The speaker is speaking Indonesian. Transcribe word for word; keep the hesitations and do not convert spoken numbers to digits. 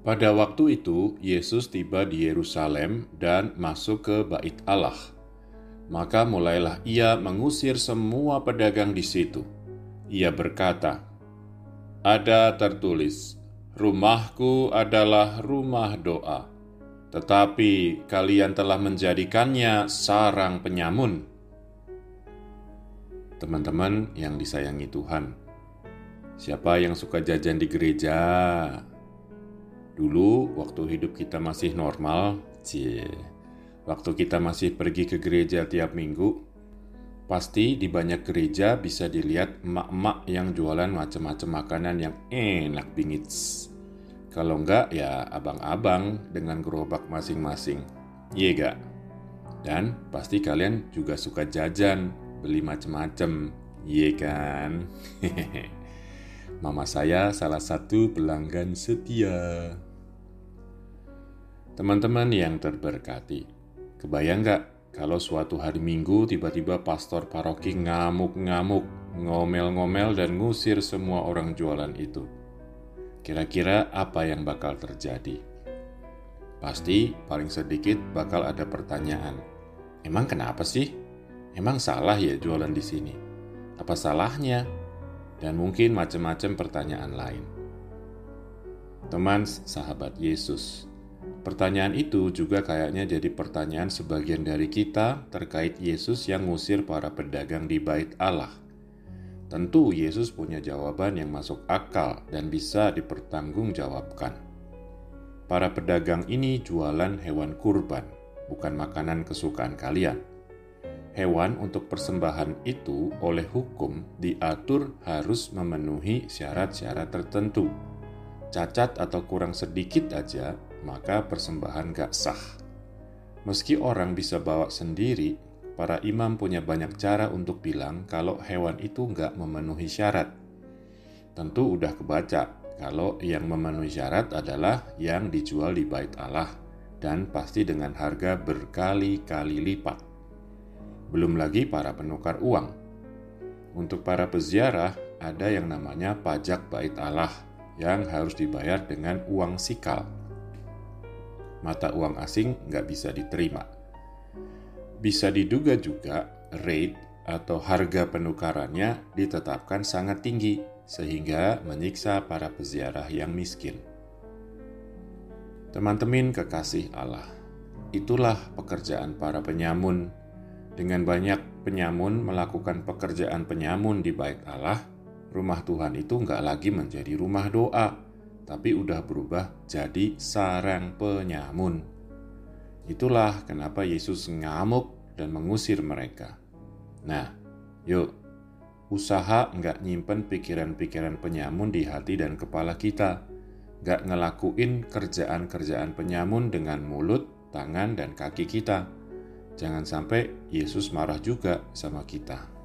Pada waktu itu, Yesus tiba di Yerusalem dan masuk ke Bait Allah. Maka mulailah ia mengusir semua pedagang di situ. Ia berkata, "Ada tertulis, rumahku adalah rumah doa, tetapi kalian telah menjadikannya sarang penyamun." Teman-teman yang disayangi Tuhan, siapa yang suka jajan di gereja? Dulu waktu hidup kita masih normal, cie, waktu kita masih pergi ke gereja tiap minggu, pasti di banyak gereja bisa dilihat emak-emak yang jualan macam-macam makanan yang enak bingit. Kalau enggak ya abang-abang dengan gerobak masing-masing. Iya gak? Dan pasti kalian juga suka jajan, beli macam-macam. Iya kan? Mama saya salah satu pelanggan setia. Teman-teman yang terberkati, kebayang gak kalau suatu hari Minggu tiba-tiba pastor paroki ngamuk-ngamuk, ngomel-ngomel dan ngusir semua orang jualan itu? Kira-kira apa yang bakal terjadi? Pasti paling sedikit bakal ada pertanyaan. Emang kenapa sih? Emang salah ya jualan di sini? Apa salahnya? Dan mungkin macam-macam pertanyaan lain. Teman sahabat Yesus, pertanyaan itu juga kayaknya jadi pertanyaan sebagian dari kita terkait Yesus yang ngusir para pedagang di Bait Allah. Tentu Yesus punya jawaban yang masuk akal dan bisa dipertanggungjawabkan. Para pedagang ini jualan hewan kurban, bukan makanan kesukaan kalian. Hewan untuk persembahan itu oleh hukum diatur harus memenuhi syarat-syarat tertentu. Cacat atau kurang sedikit aja, maka persembahan gak sah. Meski orang bisa bawa sendiri, para imam punya banyak cara untuk bilang kalau hewan itu gak memenuhi syarat. Tentu udah kebaca kalau yang memenuhi syarat adalah yang dijual di Bait Allah dan pasti dengan harga berkali-kali lipat. Belum lagi para penukar uang. Untuk para peziarah ada yang namanya pajak Bait Allah yang harus dibayar dengan uang sikal. Mata uang asing nggak bisa diterima. Bisa diduga juga rate atau harga penukarannya ditetapkan sangat tinggi sehingga menyiksa para peziarah yang miskin. Teman-teman kekasih Allah, itulah pekerjaan para penyamun. Dengan banyak penyamun melakukan pekerjaan penyamun di Bait Allah, rumah Tuhan itu nggak lagi menjadi rumah doa, tapi udah berubah jadi sarang penyamun. Itulah kenapa Yesus ngamuk dan mengusir mereka. Nah, yuk, usaha nggak nyimpen pikiran-pikiran penyamun di hati dan kepala kita. Nggak ngelakuin kerjaan-kerjaan penyamun dengan mulut, tangan, dan kaki kita. Jangan sampai Yesus marah juga sama kita.